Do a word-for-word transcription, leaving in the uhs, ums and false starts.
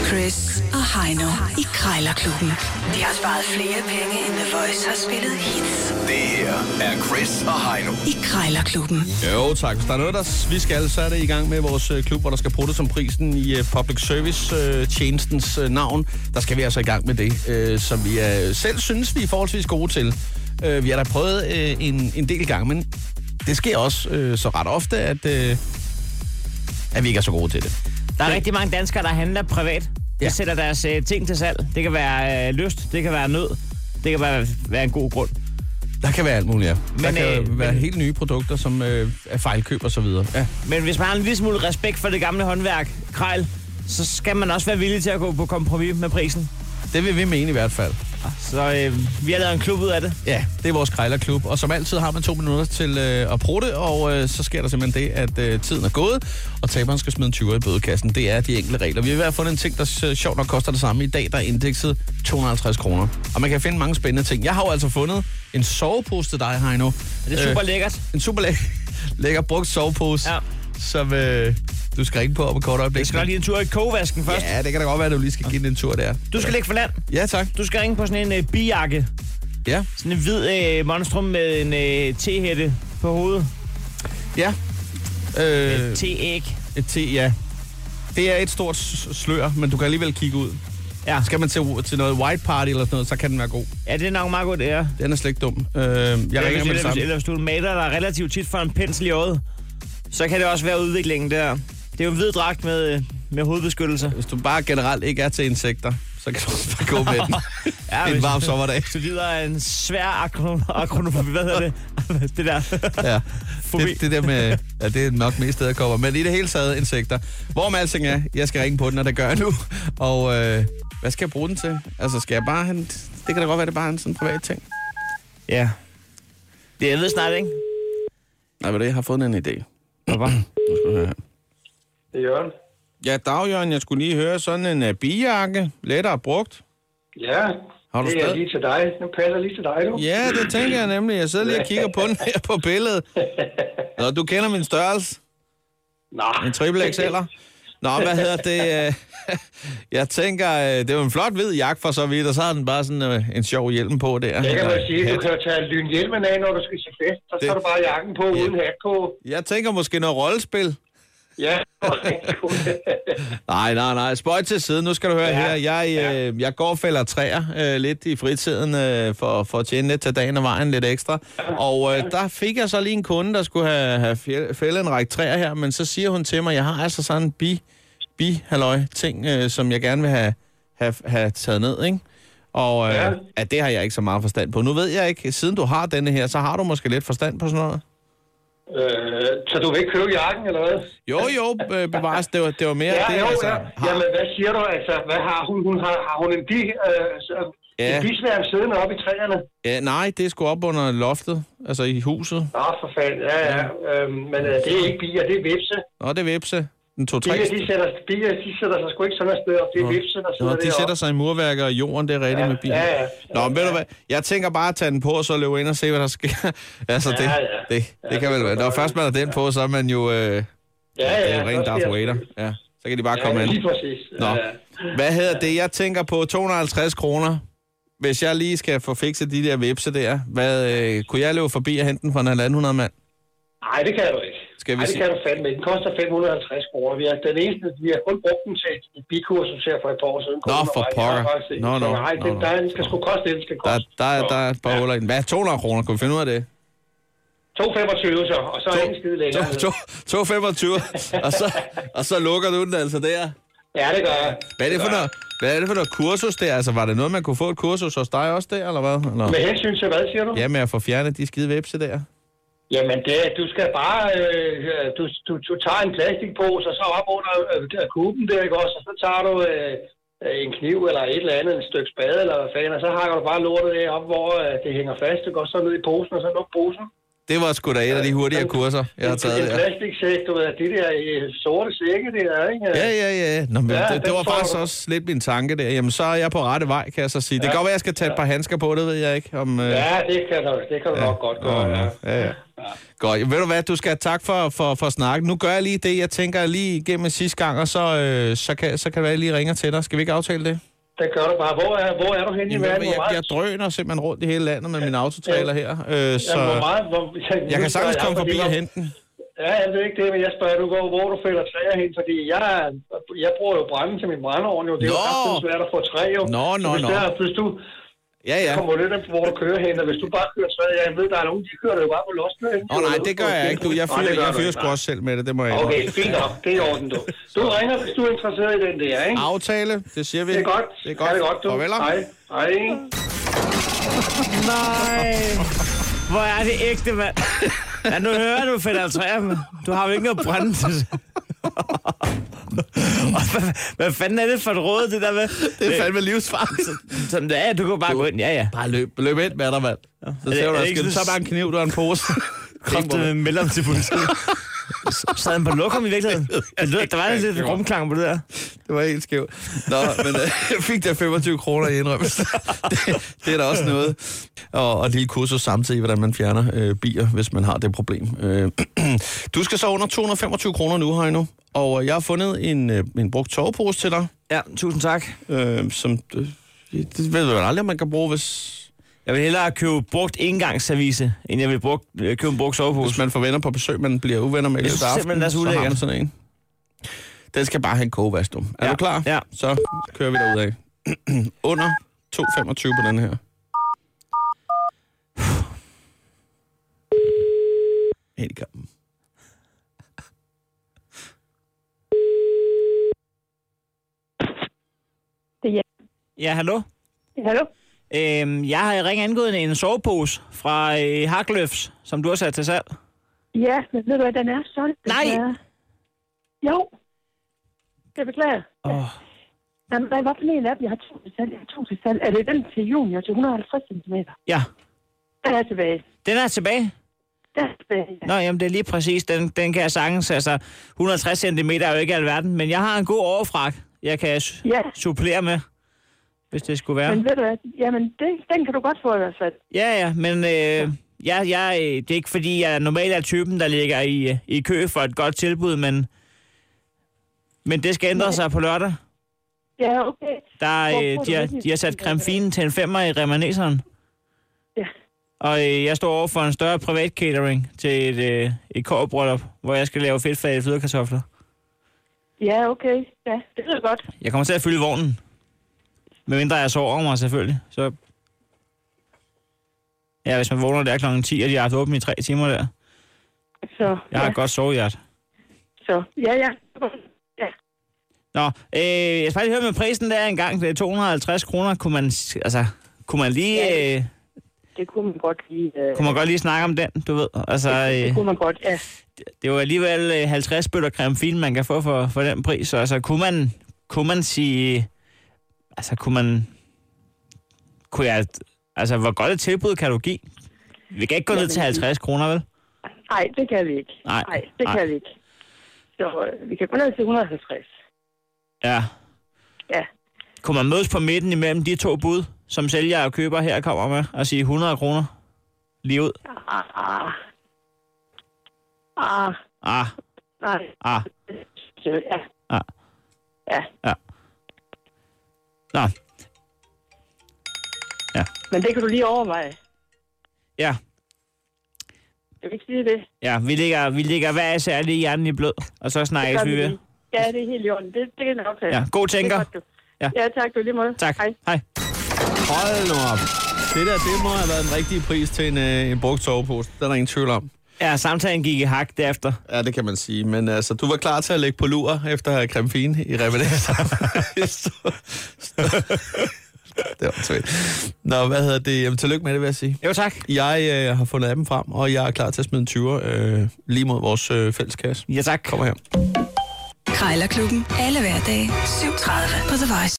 Chris og Heino i Krejlerklubben. De har sparet flere penge, end The Voice har spillet hits. Det her er Chris og Heino i Krejlerklubben. Jo tak, hvis der er noget, der vi skal, så er det i gang med vores klub, hvor der skal prutte som prisen i uh, Public Service-tjenestens uh, uh, navn. Der skal vi altså i gang med det, uh, som vi uh, selv synes, vi er forholdsvis gode til. Uh, vi har da prøvet uh, en, en del gange, men det sker også uh, så ret ofte, at, uh, at vi ikke er så gode til det. Der er rigtig mange danskere, der handler privat. De ja. sætter deres øh, ting til salg. Det kan være øh, lyst, det kan være nød, det kan være, være en god grund. Der kan være alt muligt, ja. Men, der kan øh, være men, helt nye produkter, som øh, er fejlkøb og så videre. Ja. Men hvis man har en lille smule respekt for det gamle håndværk, Krejl, så skal man også være villig til at gå på kompromis med prisen. Det vil vi mene i hvert fald. Så øh, vi har lavet en klub ud af det. Ja, det er vores Krejlerklub. Og som altid har man to minutter til øh, at prutte, og øh, så sker der simpelthen det, at øh, tiden er gået, og taberen skal smide en tyver i bødekassen. Det er de enkelte regler. Vi har i hvert fald fundet en ting, der sjovt nok koster det samme. I dag der er indekset to hundrede og halvtreds kroner. Og man kan finde mange spændende ting. Jeg har jo altså fundet en sovepose til dig, Heino. Det er super lækkert. Øh, en super læ- lækker brugt sovepose, ja. som øh, du skal ringe på om et kort øjeblik. Jeg skal lige en tur i kogevasken først. Ja, det kan da godt være, at du lige skal give den en tur der. Du skal ligge for land. Ja, tak. Du skal ringe på sådan en øh, bijakke. Ja. Sådan en hvid øh, monstrum med en øh, tehætte på hovedet. Ja. Øh, et teæg. Et te, ja. Det er et stort slør, men du kan alligevel kigge ud. Ja. Skal man til, til noget white party eller sådan noget, så kan den være god. Ja, det er nok meget godt, det er. Den er slet ikke dum. Øh, jeg ringer hvis, med det samme. Eller hvis du maler dig relativt tit for en pensel i øjet, så kan det også være udviklingen der. Det er jo en hvid dragt med, med hovedbeskyttelse. Hvis du bare generelt ikke er til insekter, så kan du bare gå med den. Ja, en varm sommerdag. Du lider af en svær akronofobi. Hvad hedder det? Det der. Ja, det, det der med... Ja, det er nok mest sted, der kommer. Men i det hele taget insekter. Hvor med alting er, jeg skal ringe på den, og det gør jeg nu. Og øh, hvad skal jeg bruge den til? Altså, skal jeg bare have... Det kan da godt være, det er bare en sådan privat ting. Ja. Det jeg ved snart, ikke? Nej, hvad det? Jeg har fået en idé. Hvorfor? Nu skal du høre her. Det er Jørgen. Ja, dag Jørgen, jeg skulle lige høre sådan en uh, bijakke, lettere brugt. Ja, har du det er stadig? lige til dig. Den passer lige til dig, du. Ja, det tænker jeg nemlig. Jeg sidder lige og kigger på den her på billedet. Nå, du kender min størrelse? Nej. En triple X L'er? Nå, hvad hedder det? Jeg tænker, det er jo en flot hvid jakke for så vidt, og så har den bare sådan en sjov hjelm på der. Det kan man sige. Du kan jo tage lynhjelmen af, når du skal se fest. Så tager du bare jakken på, ja. Uden hat på. Jeg tænker måske noget rollespil. Ja, nej, nej, nej. Spøj til siden. Nu skal du høre ja, her. Jeg, ja. øh, jeg går og fælder træer øh, lidt i fritiden øh, for, for at tjene lidt til dagen og vejen lidt ekstra. Og øh, der fik jeg så lige en kunde, der skulle have, have fældet en række træer her, men så siger hun til mig, jeg har altså sådan en bi, bi-halløj ting, øh, som jeg gerne vil have, have, have taget ned, ikke? Og øh, ja. at det har jeg ikke så meget forstand på. Nu ved jeg ikke, siden du har denne her, så har du måske lidt forstand på sådan noget. Øh, så du vil ikke købe jakken, eller hvad? Jo, jo, bevares. Det var, det var mere ja, det, jo, altså. Ja. Jamen, hvad siger du? Altså, hvad har hun? Hun har, har hun en bi, øh, ja. en bisværm siddende oppe i træerne? Ja, nej, det er sgu op under loftet, altså i huset. Nå, for fanden, ja, ja. Øhm, men øh, det er ikke bier, det er vipse. Nå, det er vipse. Den to, bier, de sætter, bier, de sætter sig sgu ikke sådan et sted op. Det er Nå. vipse, der sidder Nå, de deroppe. sætter sig i murværker og jorden, det er rigtigt ja, med bier. Ja, ja. Nå, ja, ved ja. du hvad? Jeg tænker bare at tage den på, og så løbe ind og se, hvad der sker. altså, det, ja, ja. det, det ja, kan vel være. Når først man har den på, så er man jo... Øh, ja, ja. Det er jo rent Darth Vader. Ja, så kan de bare ja, komme ind. Ja, lige præcis. Nå, ja, ja. Hvad hedder det? Jeg tænker på to hundrede og halvtreds kroner. Hvis jeg lige skal få fikset de der vipse der, hvad, øh, kunne jeg løbe forbi og hente den for en halvanden hundrede mand? Nej, det kan du ikke. Skal vi Nej, det kan du fandme. Den koster fem hundrede og halvtreds kroner. Vi har den eneste, vi har kun brugt den til et bikursus her for et par år siden. Nå, for pokker. Nå, nå. Nej, den, der, den skal sgu koste det, den skal koste. Der, der, der er et par huller i den. Hvad er to hundrede kroner? Kunne vi finde ud af det? to femogtyve så, og så er ingen skide længere. to femogtyve, og så, og så lukker du den altså der? Ja, det gør jeg. Hvad er det for noget, hvad er det for noget kursus der? Altså, var det noget, man kunne få et kursus hos dig også der, eller hvad? Eller? Med hensyn til hvad, siger du? Ja, med at få fjernet de skide vipse der. Jamen, det, du skal bare, øh, du, du, du tager en plastikpose, og så op under øh, kuben der, ikke også? Og så tager du øh, en kniv eller et eller andet, et stykke spade eller hvad fanden, og så hakker du bare lortet af op, hvor øh, det hænger fast, ikke også? Så ned i posen, og så luk posen. Det var sgu da et af de hurtigere kurser, jeg har taget der. En plastiksæk, du ved, de der øh, sorte sække der, ikke? Ja, ja, ja. Nå, men ja det, det var faktisk du. også lidt min tanke der. Jamen, så er jeg på rette vej, kan jeg så sige. Det kan ja. godt være, jeg skal tage et par handsker på, det ved jeg ikke. Om, øh... Ja, det kan du, det kan du ja. nok godt gøre, ja. Ja, ja. ja. Godt. Ved du hvad, du skal have tak for, for, for snakken. Nu gør jeg lige det, jeg tænker lige igennem sidste gang, og så, øh, så, kan, så kan det være, jeg lige ringer til dig. Skal vi ikke aftale det? Det gør du bare. Hvor er, hvor er du henne i verden? Jeg, jeg drøner simpelthen rundt i hele landet med min autotrailer her. Øh, så ja, hvor meget, hvor, jeg, jeg kan sagtens komme forbi og hente den. Ja, jeg ved ikke det, men jeg spørger, du går, hvor du fælder træer hen, fordi jeg, jeg bruger jo brænde til min brændeovn, jo. Det er jo faktisk svært at få træ, jo. Nå, nå, nå. Hvis du ja, ja. kommer lidt af, hvor du kører hen, og hvis du bare kører træet, jeg ved, der er nogen, de kører det jo bare på losene. Åh oh, nej, det gør jeg ikke, du. Jeg fyrer, jeg fyrer sgu også selv med det, det må jeg ikke. Okay, fint nok. Det er i orden, du. Du ringer, hvis du er interesseret i den der, ikke? Aftale, det siger vi. Det er godt. Det er godt. Ja, det er godt, du. Farvel. Hej. Hej. Nej. Hvor er det ægte, mand. Ja, nu hører du, fælder træer, men du har jo ikke noget brænde til det. hvad, hvad fanden er det for et råd, det der med? Det er fandme livsfarligt. Sådan det er, du kan bare du, gå ind, ja, ja. Bare løb, løb ind med dig, mand. Ja. Så ser du, der skal du så bare en kniv, du har en pose. Kom du melder om til politiet. Sad han på lokum i virkeligheden? Der var lidt rumklang på det der. Det var helt skævt. Nå, men øh, jeg fik der femogtyve kroner i indrømmelse. det, det er da også noget. Og, og et lille kursus samtidig, hvordan man fjerner øh, bier, hvis man har det problem. Øh, du skal så under to hundrede og femogtyve kroner nu, Heino. Og jeg har fundet en, øh, en brugt sovepose til dig. Ja, tusind tak. Øh, som, øh, det ved du aldrig, om man kan bruge, hvis... Jeg vil hellere købe brugt engangsservice, end jeg vil bruge, købe en brugt sovepose. Hvis man får venner på besøg, man bliver uvenner med i løbet af aftenen, så har man sådan en. Den skal bare have en kogevask, du. Er ja. du klar? Ja. Så kører vi derudad. Under to femogtyve på den her. Helt i kampen. Det er ja. Ja, hallo? Hallo? Øhm, jeg har ringet angående en sovepose fra øh, Hakløfs, som du har sat til salg. Ja, men ved du hvad, den er solgt. Nej! Er... Jo, det beklager. Åh. Oh. Jamen, hvad var for en af dem? Jeg har to til salg. Jeg har to til salg. Er det den til junior til et hundrede og halvtreds centimeter? Ja. Den er tilbage. Den er tilbage? Den er tilbage, ja. Nå, jamen det er lige præcis. Den, den kan jeg sagtens. Altså, et hundrede og halvtreds centimeter er jo ikke alverden, men jeg har en god overfrak, jeg kan ja. supplere med, hvis det skulle være. Men ved du hvad, jamen det, den kan du godt få i hvert fald. Ja, ja, men øh, ja, jeg, det er ikke fordi, jeg normalt er typen, der ligger i, i kø for et godt tilbud, men, men det skal ændre ja. sig på lørdag. Ja, okay. Der, øh, de, har, de har sat creme fine til en femmer i remaneseren. Ja. Og øh, jeg står over for en større privat catering til et, øh, et kårbryllup, hvor jeg skal lave fedtfagede flødekartofler. Ja, okay. Ja, det er godt. Jeg kommer til at fylde vognen. Medmindre jeg sover over mig, selvfølgelig. Så... Ja, hvis man vågner der klokken ti, og de har haft åbent i tre timer der. Så, jeg har ja. et godt sovehjert. Så, ja, ja. Ja. Nå, øh, jeg skal bare lige høre med prisen der engang. Det er to hundrede og halvtreds kroner. Kunne man, altså, kunne man lige... Ja, øh, det kunne man godt lige... Øh, kunne man godt lige snakke om den, du ved? Altså, det, det øh, kunne man godt, ja. Det, det er jo alligevel halvtreds bøtter creme fine, man kan få for, for den pris. Så altså, kunne man, kunne man sige... Altså, kunne man... Kunne jeg... Altså, hvor godt et tilbud kan du give? Vi kan ikke gå ja, ned til halvtreds kroner, vel? Nej, det kan vi ikke. Nej, Nej det nej. kan vi ikke. Så øh, vi kan gå ned til et hundrede og halvtreds. Ja. Ja. Kunne man mødes på midten imellem de to bud, som sælger og køber her kommer med, og sige hundrede kroner lige ud? Ah. Ah. Ah. Nej. Ah. Ja. Ah. Ja. Ja. Nå. Ja. Men det kan du lige overveje. Ja. Jeg vil ikke sige det. Ja, vi ligger, vi ligger hver især lige hjernen i blød, og så snakkes vi ved. Ja, det er helt i orden. Det, det kan jeg nok tage. Ja, god tænker. Godt, ja. ja, tak. Du lige måde. Tak. Hej. Hej. Hold nu op. Det der, det må have været den rigtige pris til en, øh, en brugt sovepose. Den er der ingen tvivl om. Ja, samtalen gik i hak derefter. Ja, det kan man sige. Men altså, du var klar til at lægge på lur efter at have creme fine i revenæser. Det var tvæt. Nå, hvad hedder det? Jamen, tillykke med det, vil jeg sige. Jo, tak. Jeg øh, har fundet appen frem, og jeg er klar til at smide en tyver øh, lige mod vores øh, fælleskasse. Ja, tak. Kommer her. Krejlerklubben. Alle hverdage. syv tredive på The Voice.